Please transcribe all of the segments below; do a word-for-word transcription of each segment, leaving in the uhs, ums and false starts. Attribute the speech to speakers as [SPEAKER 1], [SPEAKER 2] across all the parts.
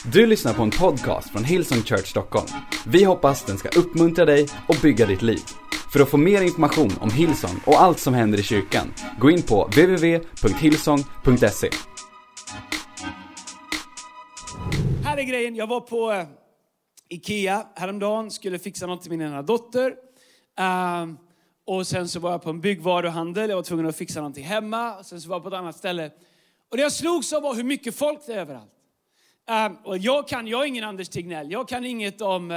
[SPEAKER 1] Du lyssnar på en podcast från Hillsong Church Stockholm. Vi hoppas den ska uppmuntra dig och bygga ditt liv. För att få mer information om Hillsong och allt som händer i kyrkan, gå in på w w w punkt hillsong punkt se.
[SPEAKER 2] Här är grejen, jag var på uh, Ikea häromdagen, skulle fixa något till min ena dotter. Uh, och sen så var jag på en byggvaruhandel, jag var tvungen att fixa någonting hemma. Och sen så var jag på ett annat ställe. Och det jag slogs av var hur mycket folk det är överallt. Uh, och jag kan, jag är ingen Anders Tegnell. Jag kan inget om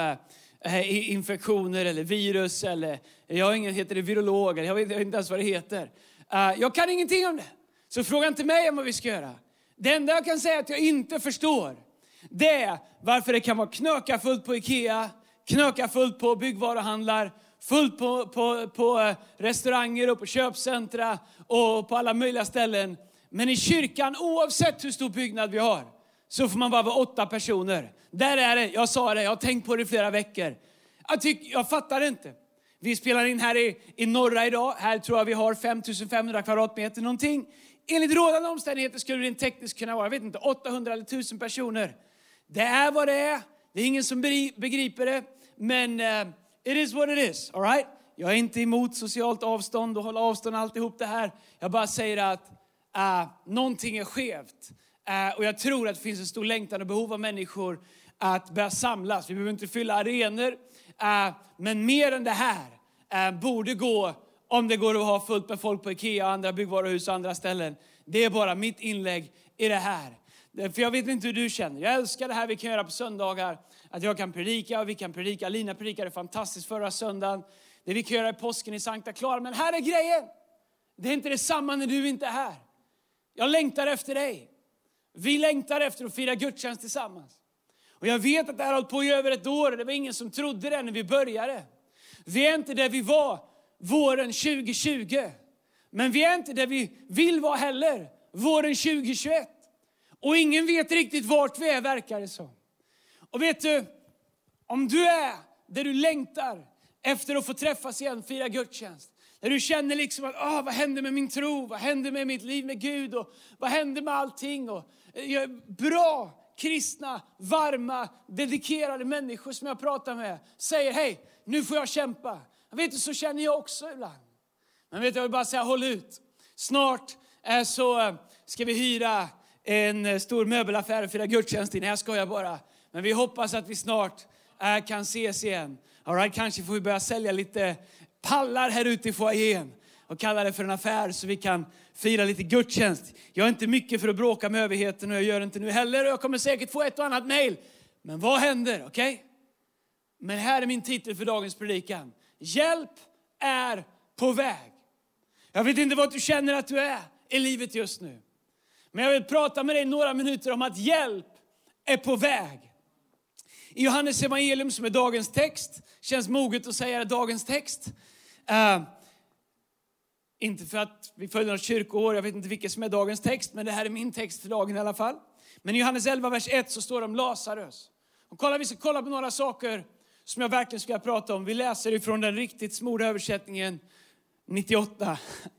[SPEAKER 2] uh, infektioner eller virus. Eller, jag har ingen, heter det virologer. Jag vet, jag vet inte ens vad det heter. Uh, jag kan ingenting om det. Så fråga inte mig om vad vi ska göra. Det enda jag kan säga att jag inte förstår, det är varför det kan vara knöka fullt på Ikea. Knöka fullt på byggvaruhandlar. Fullt på, på, på restauranger och på köpcentra. Och på alla möjliga ställen. Men i kyrkan, oavsett hur stor byggnad vi har, så får man bara vara åtta personer. Där är det, jag sa det, jag har tänkt på det i flera veckor. Jag, tyck, jag fattar inte. Vi spelar in här i, i norra idag. Här tror jag vi har fem tusen femhundra kvadratmeter någonting. Enligt rådande omständigheter skulle det tekniskt kunna vara, jag vet inte, åttahundra eller tusen personer. Det är vad det är. Det är ingen som begriper det. Men uh, it is what it is, all right? Jag är inte emot socialt avstånd och hålla avstånd och alltihop det här. Jag bara säger att uh, någonting är skevt. Uh, och jag tror att det finns en stor längtan och behov av människor att börja samlas. Vi behöver inte fylla arenor. Uh, men mer än det här uh, borde gå, om det går att ha fullt med folk på Ikea, andra byggvaruhus och andra ställen. Det är bara mitt inlägg i det här. För jag vet inte hur du känner. Jag älskar det här vi kan göra på söndagar. Att jag kan predika och vi kan predika. Lina predikade fantastiskt förra söndagen. Det vi kan göra i påsken i Sankta Clara. Men här är grejen. Det är inte detsamma när du inte är här. Jag längtar efter dig. Vi längtar efter att fira gudstjänst tillsammans. Och jag vet att det här har hållit på i över ett år. Det var ingen som trodde det när vi började. Vi är inte där vi var våren tjugo tjugo. Men vi är inte där vi vill vara heller våren tjugo tjugoett. Och ingen vet riktigt vart vi är, verkar det som. Och vet du, om du är där du längtar efter att få träffas igen, fira gudstjänst. När du känner liksom att, ah, vad händer med min tro? Vad händer med mitt liv med Gud? Och vad händer med allting? Och, eh, bra, kristna, varma, dedikerade människor som jag pratar med säger, hej, nu får jag kämpa. Jag vet du, så känner jag också ibland. Men vet du, jag vill bara säga, håll ut. Snart eh, så eh, ska vi hyra en eh, stor möbelaffär och fira gudstjänst. Nej, jag skojar bara. Men vi hoppas att vi snart eh, kan ses igen. All right, kanske får vi börja sälja lite pallar här ute i foajén och kalla det för en affär så vi kan fira lite gudstjänst. Jag är inte mycket för att bråka med överheten och jag gör det inte nu heller. Och jag kommer säkert få ett och annat mejl. Men vad händer, okej? Okay? Men här är min titel för dagens predikan. Hjälp är på väg. Jag vet inte vad du känner att du är i livet just nu. Men jag vill prata med dig några minuter om att hjälp är på väg. I Johannes evangelium som är dagens text. Känns moget att säga dagens text. Uh, inte för att vi följer något kyrkoår. Jag vet inte vilket som är dagens text. Men det här är min text för dagen i alla fall. Men i Johannes elva vers ett så står det om Lazarus. Och kolla, vi ska kolla på några saker som jag verkligen ska prata om. Vi läser ifrån den riktigt smorda översättningen nittioåtta.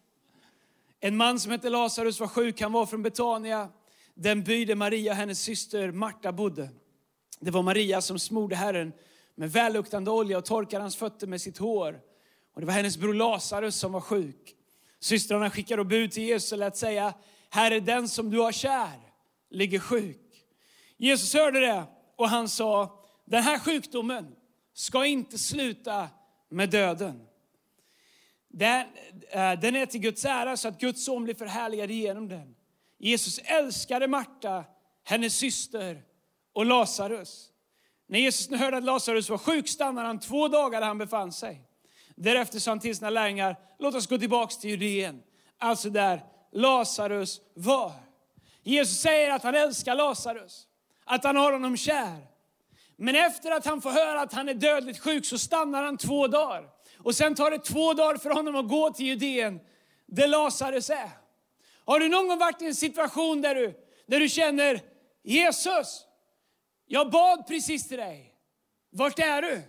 [SPEAKER 2] En man som heter Lazarus var sjuk. Han var från Betania. Den by där Maria och hennes syster Marta bodde. Det var Maria som smorde Herren med välluktande olja och torkade hans fötter med sitt hår. Och det var hennes bror Lazarus som var sjuk. Systrarna skickade bud till Jesus att säga, här är den som du har kär, ligger sjuk. Jesus hörde det och han sa, den här sjukdomen ska inte sluta med döden. Den, den är till Guds ära så att Guds son blir förhärligad genom den. Jesus älskade Marta, hennes syster och Lazarus. När Jesus nu hörde att Lazarus var sjuk stannade han två dagar där han befann sig. Därefter sa han till sina lärjungar, låt oss gå tillbaka till Judeen. Alltså där Lazarus var. Jesus säger att han älskar Lazarus. Att han har honom kär. Men efter att han får höra att han är dödligt sjuk så stannar han två dagar. Och sen tar det två dagar för honom att gå till Judeen där Lazarus är. Har du någon gång varit i en situation där du, där du känner, Jesus, jag bad precis till dig. Vart är du?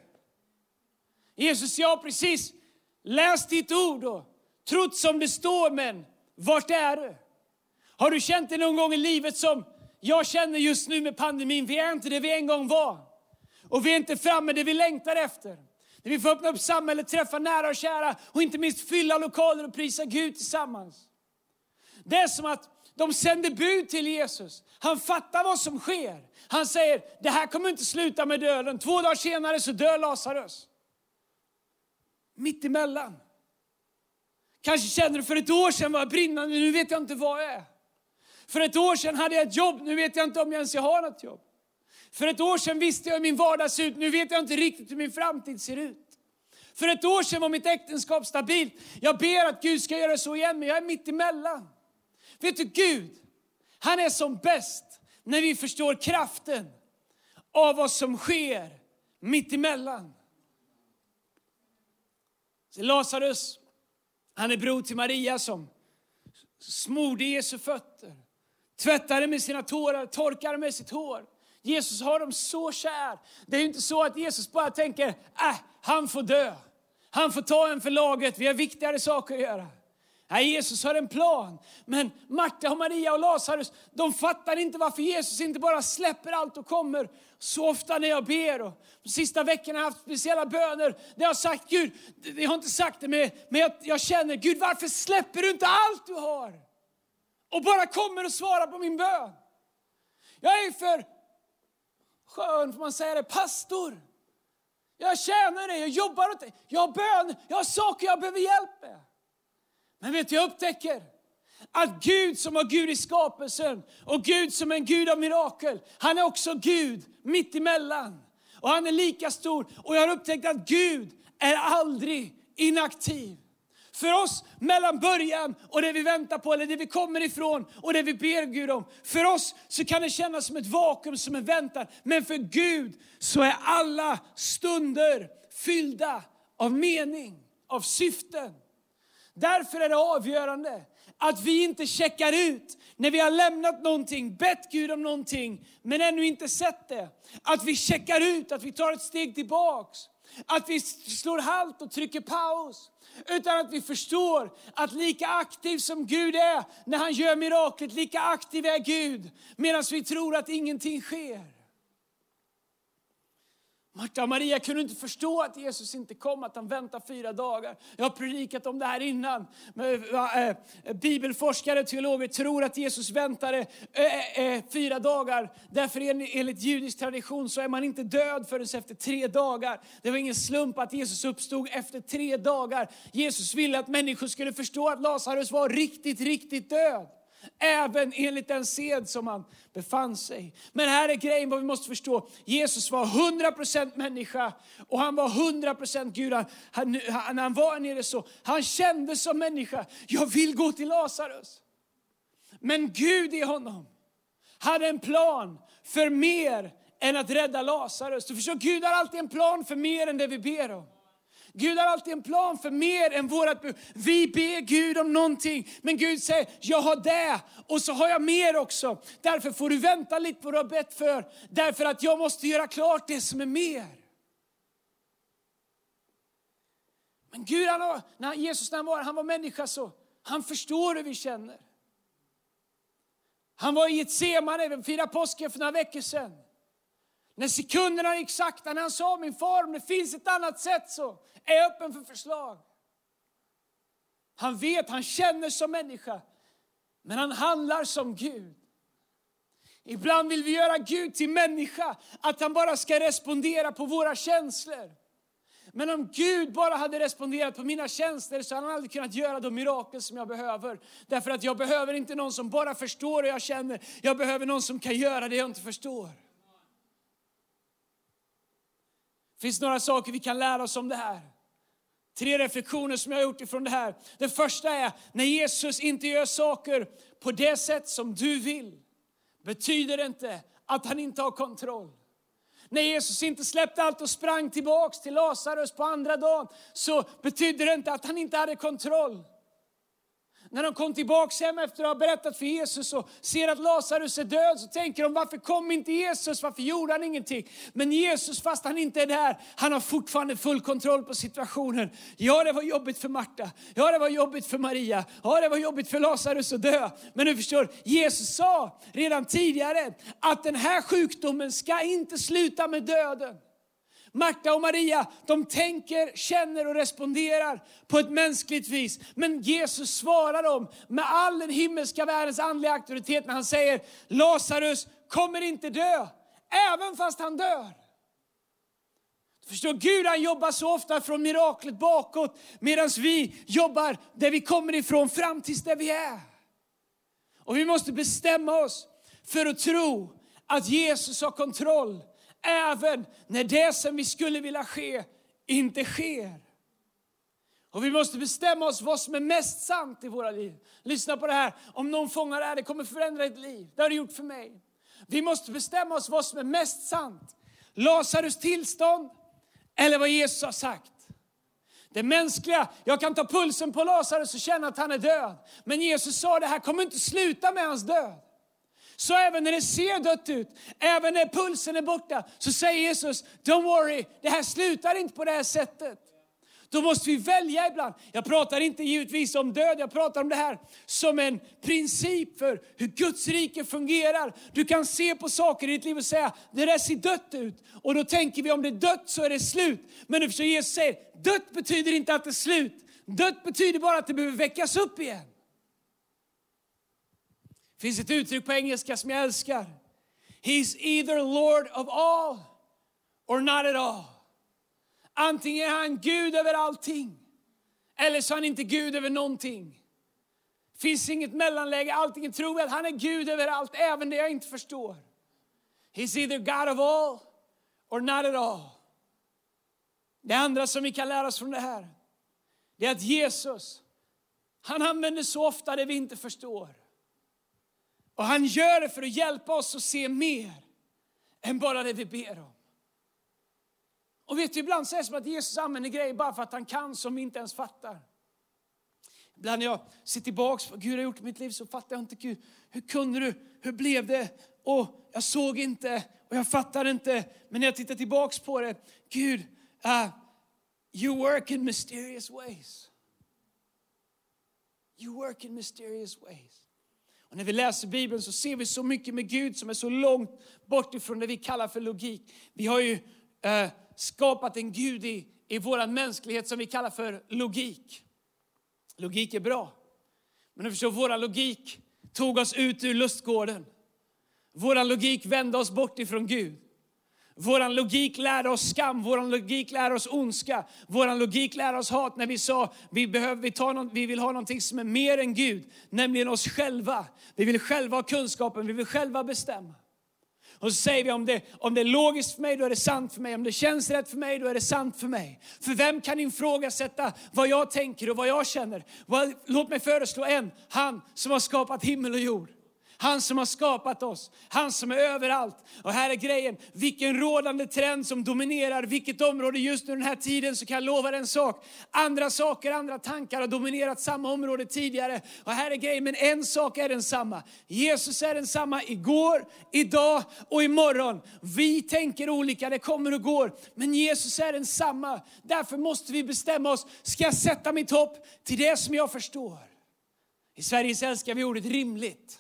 [SPEAKER 2] Jesus, jag har precis läst ditt ord och trott som det står, men vart är du? Har du känt det någon gång i livet som jag känner just nu med pandemin, vi är inte det vi en gång var. Och vi är inte framme det vi längtar efter. När vi får öppna upp samhället, träffa nära och kära och inte minst fylla lokaler och prisa Gud tillsammans. Det är som att de sänder bud till Jesus. Han fattar vad som sker. Han säger, det här kommer inte sluta med döden. Två dagar senare så dör Lazarus. Mitt emellan. Kanske känner du, för ett år sedan var jag brinnande, nu vet jag inte vad jag är. För ett år sedan hade jag ett jobb, nu vet jag inte om jag ens har något jobb. För ett år sedan visste jag hur min vardag ser ut, nu vet jag inte riktigt hur min framtid ser ut. För ett år sedan var mitt äktenskap stabilt. Jag ber att Gud ska göra så igen, men jag är mitt emellan. Vet du, Gud, han är som bäst när vi förstår kraften av vad som sker mitt emellan. Så Lazarus, han är bror till Maria som smorde Jesu fötter. Tvättade med sina tårar, torkade med sitt hår. Jesus har dem så kär. Det är ju inte så att Jesus bara tänker, äh, han får dö. Han får ta en för laget, vi har viktigare saker att göra. Nej, Jesus har en plan. Men Marta och Maria och Lazarus, de fattar inte varför Jesus inte bara släpper allt och kommer. Så ofta när jag ber och de sista veckorna har jag haft speciella böner. Där jag har sagt, Gud, jag har inte sagt det, men jag, jag känner, Gud, varför släpper du inte allt du har? Och bara kommer och svarar på min bön. Jag är för skön, får man säga det, pastor. Jag tjänar dig, jag jobbar åt dig. Jag har bön, jag har saker jag behöver hjälp med. Men vet du, jag upptäcker att Gud som har Gud i skapelsen och Gud som är en Gud av mirakel, han är också Gud mitt emellan. Och han är lika stor. Och jag har upptäckt att Gud är aldrig inaktiv. För oss mellan början och det vi väntar på, eller det vi kommer ifrån och det vi ber Gud om. För oss så kan det kännas som ett vakuum, som en väntan. Men för Gud så är alla stunder fyllda av mening, av syften. Därför är det avgörande att vi inte checkar ut när vi har lämnat någonting, bett Gud om någonting, men ännu inte sett det. Att vi checkar ut, att vi tar ett steg tillbaks. Att vi slår halt och trycker paus. Utan att vi förstår att lika aktiv som Gud är när han gör miraklet, lika aktiv är Gud medan vi tror att ingenting sker. Marta och Maria kunde inte förstå att Jesus inte kom, att han väntar fyra dagar. Jag har predikat om det här innan. Bibelforskare och teologer tror att Jesus väntade fyra dagar. Därför enligt judisk tradition så är man inte död förrän efter tre dagar. Det var ingen slump att Jesus uppstod efter tre dagar. Jesus ville att människor skulle förstå att Lazarus var riktigt, riktigt död. Även enligt den sed som han befann sig. Men här är grejen vad vi måste förstå. Jesus var hundra procent människa. Och han var hundra procent Gud. Han, han, han, han var nere så. Han kände som människa. Jag vill gå till Lazarus. Men Gud i honom hade en plan för mer än att rädda Lazarus. Du förstår, Gud har alltid en plan för mer än det vi ber om. Gud har alltid en plan för mer än vårat behov. Vi ber Gud om någonting. Men Gud säger, jag har det. Och så har jag mer också. Därför får du vänta lite på vad du har bett för. Därför att jag måste göra klart det som är mer. Men Gud, han har, när Jesus när han var, han var människa så. Han förstår hur vi känner. Han var i ett semane, även fyra påsken för några veckor sedan. När sekunderna gick sakta, när han sa min far, om det finns ett annat sätt så är jag öppen för förslag. Han vet, han känner som människa, men han handlar som Gud. Ibland vill vi göra Gud till människa, att han bara ska respondera på våra känslor. Men om Gud bara hade responderat på mina känslor så hade han aldrig kunnat göra de mirakel som jag behöver. Därför att jag behöver inte någon som bara förstår hur jag känner. Jag behöver någon som kan göra det jag inte förstår. Det finns några saker vi kan lära oss om det här. Tre reflektioner som jag har gjort ifrån det här. Det första är, när Jesus inte gör saker på det sätt som du vill, betyder det inte att han inte har kontroll. När Jesus inte släppte allt och sprang tillbaks till Lazarus på andra dagen, så betyder det inte att han inte hade kontroll. när de kom tillbaka hem efter att ha berättat för Jesus och ser att Lazarus är död, så tänker de, varför kom inte Jesus? Varför gjorde han ingenting? Men Jesus, fast han inte är där, han har fortfarande full kontroll på situationen. Ja, det var jobbigt för Marta. Ja, det var jobbigt för Maria. Ja, det var jobbigt för Lazarus att dö. Men du förstår, Jesus sa redan tidigare att den här sjukdomen ska inte sluta med döden. Marta och Maria, de tänker, känner och responderar på ett mänskligt vis. Men Jesus svarar dem med all den himmelska världens andliga auktoritet när han säger, Lazarus kommer inte dö, även fast han dör. Du förstår, Gud han jobbar så ofta från miraklet bakåt, medan vi jobbar där vi kommer ifrån fram tills där vi är. Och vi måste bestämma oss för att tro att Jesus har kontroll. Även när det som vi skulle vilja ske inte sker. Och vi måste bestämma oss vad som är mest sant i våra liv. Lyssna på det här. Om någon fångar det här, det kommer förändra ett liv. Det har det gjort för mig. Vi måste bestämma oss vad som är mest sant. Lazarus tillstånd eller vad Jesus har sagt. Det mänskliga, jag kan ta pulsen på Lazarus och känna att han är död. Men Jesus sa, det här kommer inte sluta med hans död. Så även när det ser dött ut, även när pulsen är borta, så säger Jesus, don't worry, det här slutar inte på det här sättet. Då måste vi välja ibland. Jag pratar inte givetvis om död, jag pratar om det här som en princip för hur Guds rike fungerar. Du kan se på saker i ditt liv och säga, det där ser dött ut. Och då tänker vi, om det är dött så är det slut. Men du förstår, Jesus säger, dött betyder inte att det är slut. Dött betyder bara att det behöver väckas upp igen. Det finns ett uttryck på engelska som jag älskar. He's either Lord of all or not at all. Antingen är han Gud över allting, eller så är han inte Gud över någonting. Det finns inget mellanläge. Allting tror jag att han är Gud över allt, även det jag inte förstår. He's either God of all or not at all. Det andra som vi kan lära oss från det här, det är att Jesus, han använder så ofta det vi inte förstår. Och han gör det för att hjälpa oss att se mer än bara det vi ber om. Och vet du, ibland säger det som att Jesus använder grejer bara för att han kan, som vi inte ens fattar. Ibland när jag ser tillbaka på vad Gud har gjort i mitt liv, så fattar jag inte, Gud, hur kunde du, hur blev det? Och jag såg inte, och jag fattar inte. Men när jag tittar tillbaka på det, Gud, uh, you work in mysterious ways. You work in mysterious ways. Och när vi läser Bibeln så ser vi så mycket med Gud som är så långt bort ifrån det vi kallar för logik. Vi har ju eh, skapat en Gud i, i vår mänsklighet som vi kallar för logik. Logik är bra. Men du förstår, vår logik tog oss ut ur lustgården. Vår logik vände oss bort ifrån Gud. Vår logik lärde oss skam. Vår logik lärde oss ondska. Vår logik lärde oss hat när vi sa vi, behöver, vi, tar någon, vi vill ha någonting som är mer än Gud. Nämligen oss själva. Vi vill själva ha kunskapen. Vi vill själva bestämma. Och så säger vi, om det, om det är logiskt för mig, då är det sant för mig. Om det känns rätt för mig, då är det sant för mig. För vem kan ifrågasätta vad jag tänker och vad jag känner? Låt mig föreslå en. Han som har skapat himmel och jord. Han som har skapat oss. Han som är överallt. Och här är grejen. Vilken rådande trend som dominerar vilket område just nu den här tiden, så kan jag lova en sak. Andra saker, andra tankar har dominerat samma område tidigare. Och här är grejen. Men en sak är densamma. Jesus är densamma igår, idag och imorgon. Vi tänker olika. Det kommer och går. Men Jesus är densamma. Därför måste vi bestämma oss. Ska jag sätta mitt hopp till det som jag förstår? I Sverige älskar vi ordet rimligt.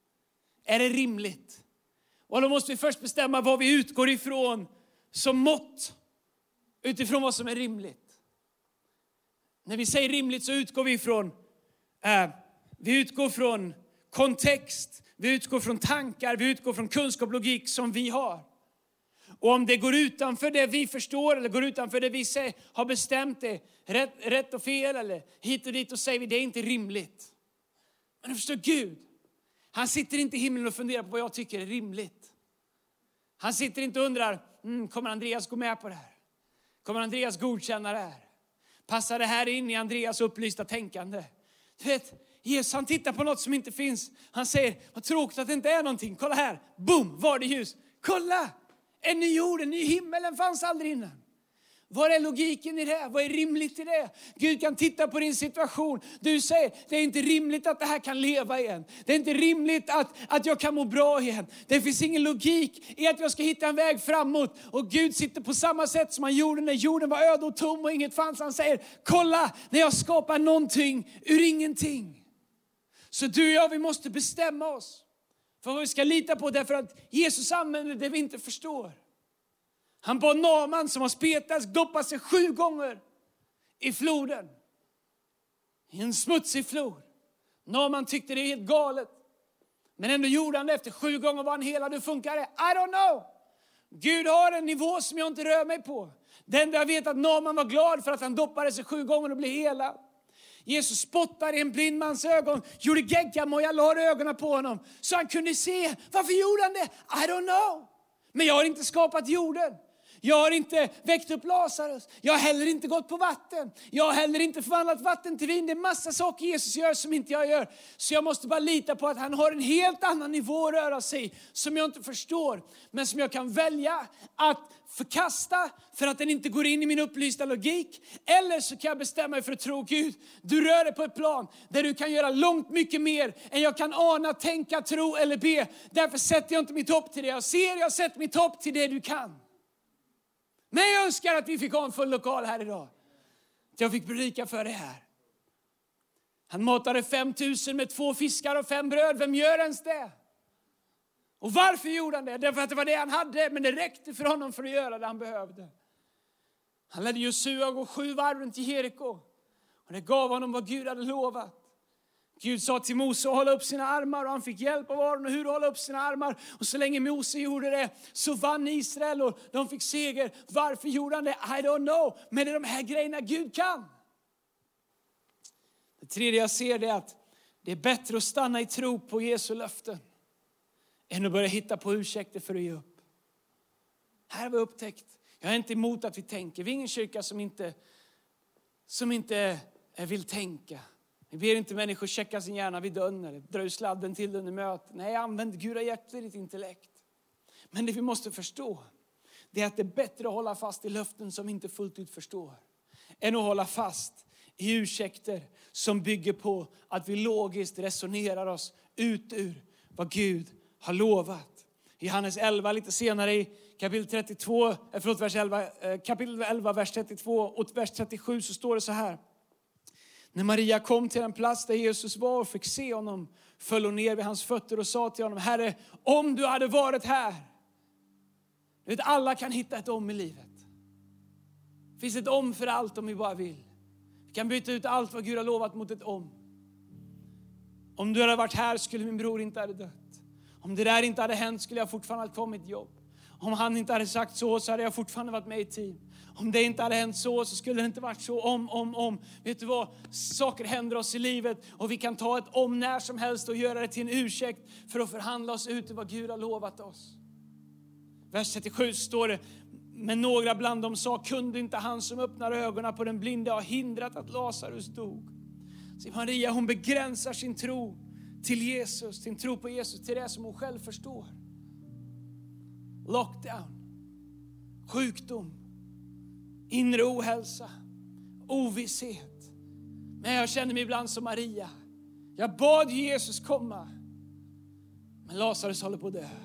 [SPEAKER 2] Är det rimligt? Och då måste vi först bestämma vad vi utgår ifrån som mått. Utifrån vad som är rimligt. När vi säger rimligt så utgår vi ifrån äh, vi utgår från kontext. Vi utgår från tankar. Vi utgår från kunskap och logik som vi har. Och om det går utanför det vi förstår, eller går utanför det vi säger, har bestämt det, rätt, rätt och fel, eller hit och dit, och säger vi det är inte rimligt. Men du förstår, Gud, han sitter inte i himlen och funderar på vad jag tycker är rimligt. Han sitter inte och undrar, mm, kommer Andreas gå med på det här? Kommer Andreas godkänna det här? Passar det här in i Andreas upplysta tänkande? Du vet, Jesus, han tittar på något som inte finns. Han säger, vad tråkigt att det inte är någonting. Kolla här, boom, var det ljus. Kolla, en ny jord, en ny himmel, den fanns aldrig innan. Vad är logiken i det? Vad är rimligt i det? Gud kan titta på din situation. Du säger, det är inte rimligt att det här kan leva igen. Det är inte rimligt att, att jag kan må bra igen. Det finns ingen logik i att jag ska hitta en väg framåt. Och Gud sitter på samma sätt som han gjorde när jorden var öde och tom och inget fanns. Han säger, kolla när jag skapar någonting ur ingenting. Så du och jag, vi måste bestämma oss för vad vi ska lita på. Därför att Jesus använder det vi inte förstår. Han bad Naaman som har spetats doppa sig sju gånger i floden. I en smutsig flod. Naaman tyckte det är helt galet. Men ändå gjorde han det. Efter sju gånger var han hela. Hur funkar det? I don't know. Gud har en nivå som jag inte rör mig på. Den enda jag vet att Naaman var glad för att han doppade sig sju gånger och blev hela. Jesus spottade i en blind mans ögon. Gjorde geggamoja, la ögonen på honom. Så han kunde se. Varför gjorde han det? I don't know. Men jag har inte skapat jorden. Jag har inte väckt upp Lazarus. Jag har heller inte gått på vatten. Jag har heller inte förvandlat vatten till vin. Det är massa saker Jesus gör som inte jag gör. Så jag måste bara lita på att han har en helt annan nivå att röra sig som jag inte förstår. Men som jag kan välja att förkasta för att den inte går in i min upplysta logik. Eller så kan jag bestämma mig för att tro Gud. Du rör dig på ett plan där du kan göra långt mycket mer än jag kan ana, tänka, tro eller be. Därför sätter jag inte mitt hopp till det jag ser. Jag sätter mitt hopp till det du kan. Men jag önskar att vi fick ha en full lokal här idag. Att jag fick predika för det här. Han matade fem tusen med två fiskar och fem bröd. Vem gör ens det? Och varför gjorde han det? Därför att det var det han hade. Men det räckte för honom för att göra det han behövde. Han ledde Josua gå sju varv runt Jeriko. Och det gav honom vad Gud hade lovat. Gud sa till Mose att hålla upp sina armar och han fick hjälp av Aron och hur att hålla upp sina armar. Och så länge Mose gjorde det så vann Israel och de fick seger. Varför gjorde han det? I don't know. Men det är de här grejerna Gud kan. Det tredje jag ser är att det är bättre att stanna i tro på Jesu löften än att börja hitta på ursäkter för att ge upp. Här har vi upptäckt. Jag är inte emot att vi tänker. Vi är ingen kyrka som inte, som inte vill tänka. Vi ber inte människor checka sin hjärna vid dörren eller dra ur sladden till den i mötet. Nej, använd Gud har gett dig ditt intellekt. Men det vi måste förstå, det är att det är bättre att hålla fast i löften som vi inte fullt ut förstår. Än att hålla fast i ursäkter som bygger på att vi logiskt resonerar oss ut ur vad Gud har lovat. I Johannes elva lite senare i kapitel trettiotvå, förlåt, vers elva, kapitel elva, vers trettiotvå och vers trettiosju så står det så här. När Maria kom till den plats där Jesus var och fick se honom föll hon ner vid hans fötter och sa till honom, Herre, om du hade varit här. Du vet, alla kan hitta ett om i livet. Det finns ett om för allt om vi bara vill. Vi kan byta ut allt vad Gud har lovat mot ett om. Om du hade varit här skulle min bror inte ha dött. Om det där inte hade hänt skulle jag fortfarande ha kvar mitt jobb. Om han inte hade sagt så så hade jag fortfarande varit med i team. Om det inte hade hänt så så skulle det inte varit så. Om, om, om. Vet du vad? Saker händer oss i livet. Och vi kan ta ett om när som helst och göra det till en ursäkt för att förhandla oss ut till vad Gud har lovat oss. Vers trettiosju står det. Men några bland dem sa, kunde inte han som öppnar ögonen på den blinde ha hindrat att Lazarus dog? Så Maria, hon begränsar sin tro till Jesus. Sin tro på Jesus till det som hon själv förstår. Lockdown. Sjukdom. Inre ohälsa. Ovisshet. Men jag känner mig ibland som Maria. Jag bad Jesus komma. Men Lazarus håller på att dö.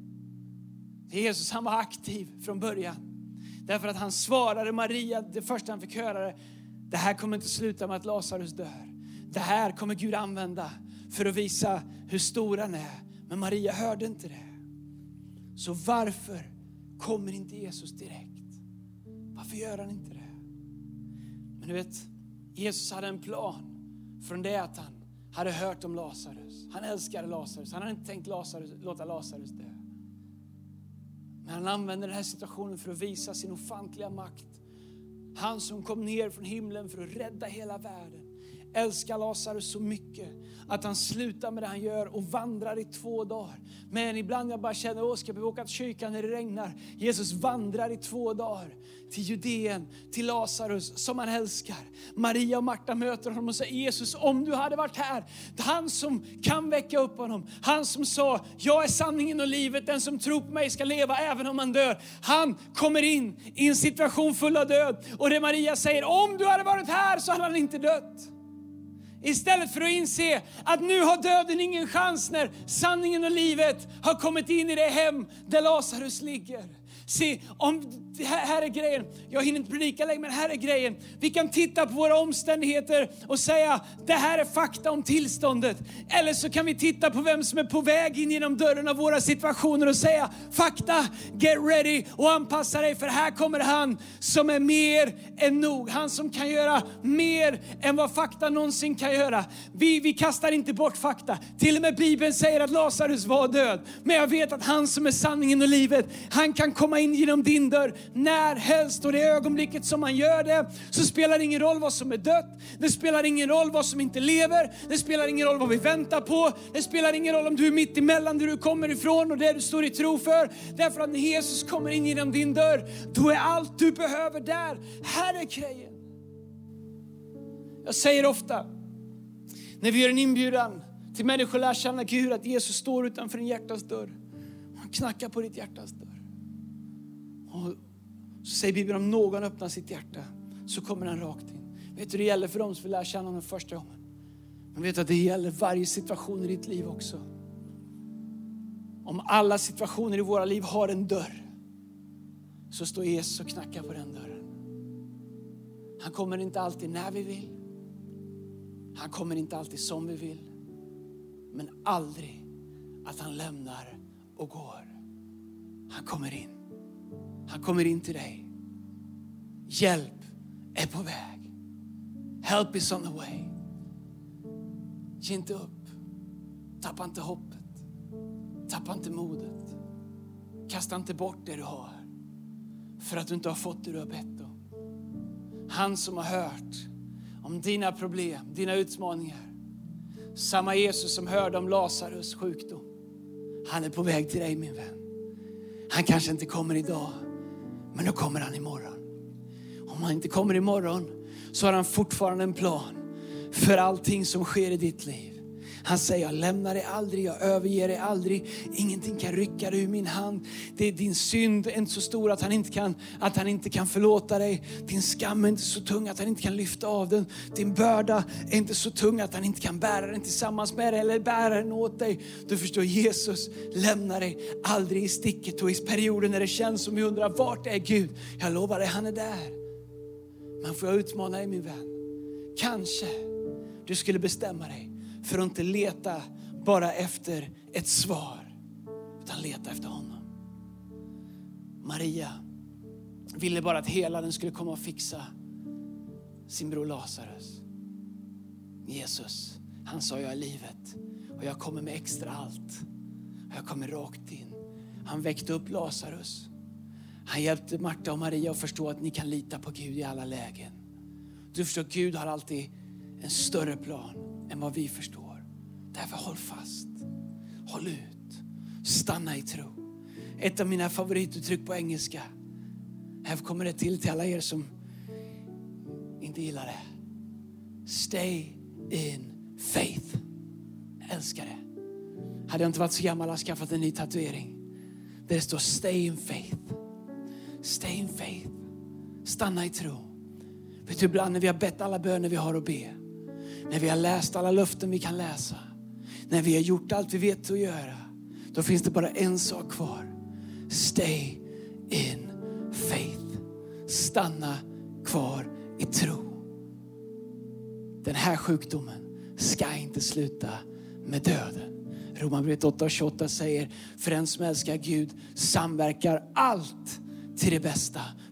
[SPEAKER 2] Jesus, han var aktiv från början. Därför att han svarade Maria, det första han fick höra det. Det här kommer inte sluta med att Lazarus dör. Det här kommer Gud använda för att visa hur stor han är. Men Maria hörde inte det. Så varför kommer inte Jesus direkt? Varför gör han inte det? Men du vet, Jesus hade en plan från det att han hade hört om Lazarus. Han älskade Lazarus. Han hade inte tänkt Lazarus, låta Lazarus dö. Men han använder den här situationen för att visa sin ofantliga makt. Han som kom ner från himlen för att rädda hela världen. älskar Lazarus så mycket att han slutar med det han gör och vandrar i två dagar. Men ibland jag bara känner, åh, ska vi åka till kyrkan när det regnar? Jesus vandrar i två dagar till Judeen, till Lazarus som han älskar. Maria och Marta möter honom och säger, Jesus, om du hade varit här, han som kan väcka upp honom, han som sa, jag är sanningen och livet, den som tror på mig ska leva även om han dör. Han kommer in i en situation full av död. Och det Maria säger, om du hade varit här så hade han inte dött. Istället för att inse att nu har döden ingen chans när sanningen och livet har kommit in i det hem där Lazarus ligger. Se, om, här, här är grejen. Jag hinner inte predika längre, men här är grejen. Vi kan titta på våra omständigheter och säga, det här är fakta om tillståndet. Eller så kan vi titta på vem som är på väg in genom dörren av våra situationer och säga, fakta, get ready och anpassa dig, för här kommer han som är mer än nog. Han som kan göra mer än vad fakta någonsin kan göra. Vi, vi kastar inte bort fakta. Till och med Bibeln säger att Lazarus var död. Men jag vet att han som är sanningen och livet, han kan komma in genom din dörr när helst, och det ögonblicket som man gör det så spelar det ingen roll vad som är dött, det spelar ingen roll vad som inte lever, det spelar ingen roll vad vi väntar på, det spelar ingen roll om du är mitt emellan där du kommer ifrån och det du står i tro för, därför att när Jesus kommer in genom din dörr, då är allt du behöver där. Här är grejen. Jag säger ofta när vi gör en inbjudan till människor lär känna Gud, att Jesus står utanför din hjärtas dörr, han knackar på ditt hjärtas dörr. Och så säger Bibeln, om någon öppnar sitt hjärta så kommer han rakt in. Vet du, det gäller för dem som vill lära känna honom första gången. Men vet du att det gäller varje situation i ditt liv också. Om alla situationer i våra liv har en dörr, så står Jesus och knackar på den dörren. Han kommer inte alltid när vi vill. Han kommer inte alltid som vi vill. Men aldrig att han lämnar och går. Han kommer in. Han kommer in till dig. Hjälp är på väg. Help is on the way. Ge inte upp. Tappa inte hoppet. Tappa inte modet. Kasta inte bort det du har, för att du inte har fått det du har bett om. Han som har hört om dina problem, dina utmaningar. Samma Jesus som hörde om Lazarus sjukdom. Han är på väg till dig, min vän. Han kanske inte kommer idag, men då kommer han imorgon. Om han inte kommer imorgon så har han fortfarande en plan för allting som sker i ditt liv. Han säger, jag lämnar dig aldrig, jag överger dig aldrig. Ingenting kan rycka dig ur min hand. Det är din synd är inte så stor att han inte kan, att han inte kan förlåta dig. Din skam är inte så tung att han inte kan lyfta av den. Din börda är inte så tung att han inte kan bära den tillsammans med dig eller bära den åt dig. Du förstår, Jesus lämnar dig aldrig i sticket. Och i perioden när det känns som vi undrar, vart är Gud? Jag lovar dig, han är där. Men får jag utmana dig, min vän? Kanske du skulle bestämma dig för att inte leta bara efter ett svar, utan leta efter honom. Maria ville bara att hela den skulle komma och fixa sin bror Lazarus. Jesus, han sa, jag är livet och jag kommer med extra allt. Jag kommer rakt in. Han väckte upp Lazarus. Han hjälpte Marta och Maria att förstå att ni kan lita på Gud i alla lägen. Du förstår, Gud har alltid en större plan än vad vi förstår. Därför håll fast. Håll ut. Stanna i tro. Ett av mina favorituttryck på engelska. Här kommer det till till alla er som inte gillar det. Stay in faith. Jag älskar det. Hade jag inte varit så gammal och skaffat en ny tatuering. Där det står stay in faith. Stay in faith. Stanna i tro. Vet du, ibland när vi har bett alla böner vi har att be. När vi har läst alla löften vi kan läsa. När vi har gjort allt vi vet att göra. Då finns det bara en sak kvar. Stay in faith. Stanna kvar i tro. Den här sjukdomen ska inte sluta med döden. Romarbrevet åtta och tjugoåtta säger, för den som älskar Gud samverkar allt till det bästa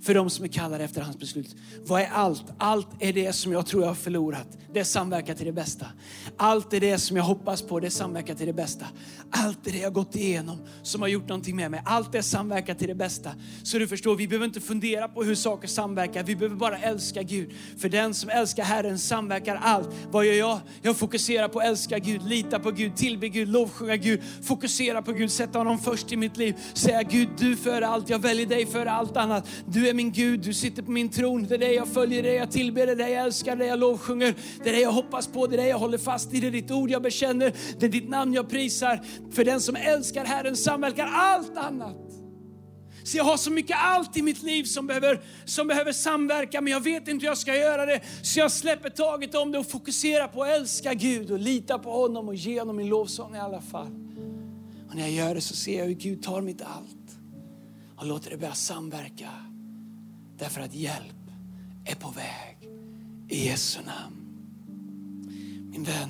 [SPEAKER 2] för de som är kallade efter hans beslut. Vad är allt? Allt är det som jag tror jag har förlorat. Det är samverka till det bästa. Allt är det som jag hoppas på. Det är samverka till det bästa. Allt är det jag har gått igenom som har gjort någonting med mig. Allt är samverka till det bästa. Så du förstår, vi behöver inte fundera på hur saker samverkar. Vi behöver bara älska Gud. För den som älskar Herren samverkar allt. Vad gör jag? Jag fokuserar på att älska Gud, lita på Gud, tillbe Gud, lovsjunga Gud, fokusera på Gud, sätta honom först i mitt liv. Säga Gud, du före allt, jag väljer dig före allt annat. Du är min Gud, du sitter på min tron. Det är dig jag följer, det jag tillber, det är dig jag älskar, det jag lovsjunger. Det är dig jag hoppas på, det är dig jag håller fast i. Det är ditt ord jag bekänner, det är ditt namn jag prisar. För den som älskar Herren samverkar allt annat. Så jag har så mycket allt i mitt liv som behöver, som behöver samverka. Men jag vet inte hur jag ska göra det. Så jag släpper taget om det och fokuserar på att älska Gud. Och lita på honom och ge honom min lovsång i alla fall. Och när jag gör det så ser jag hur Gud tar mitt allt. Och låter det börja samverka. Därför att hjälp är på väg. I Jesu namn. Min vän.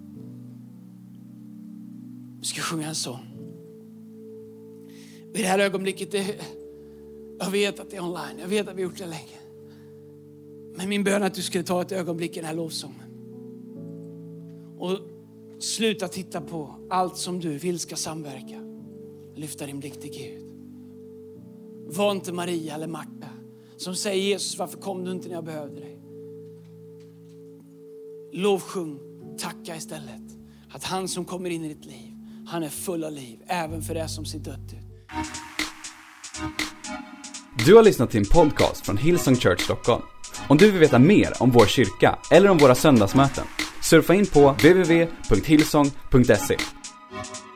[SPEAKER 2] Vi ska sjunga en sång. I det här ögonblicket, det, jag vet att det är online. Jag vet att vi har gjort det länge. Men min bön är att du skulle ta ett ögonblick i den här lovsången. Och sluta titta på allt som du vill ska samverka. Lyfta din blick till Gud. Var inte Maria eller Marta som säger Jesus, varför kom du inte när jag behövde dig? Lovsjung, tacka istället. Att han som kommer in i ditt liv, han är full av liv. Även för det som ser dött ut.
[SPEAKER 1] Du har lyssnat till en podcast från Hillsong Church Stockholm. Om du vill veta mer om vår kyrka eller om våra söndagsmöten, surfa in på w w w punkt hillsong punkt se.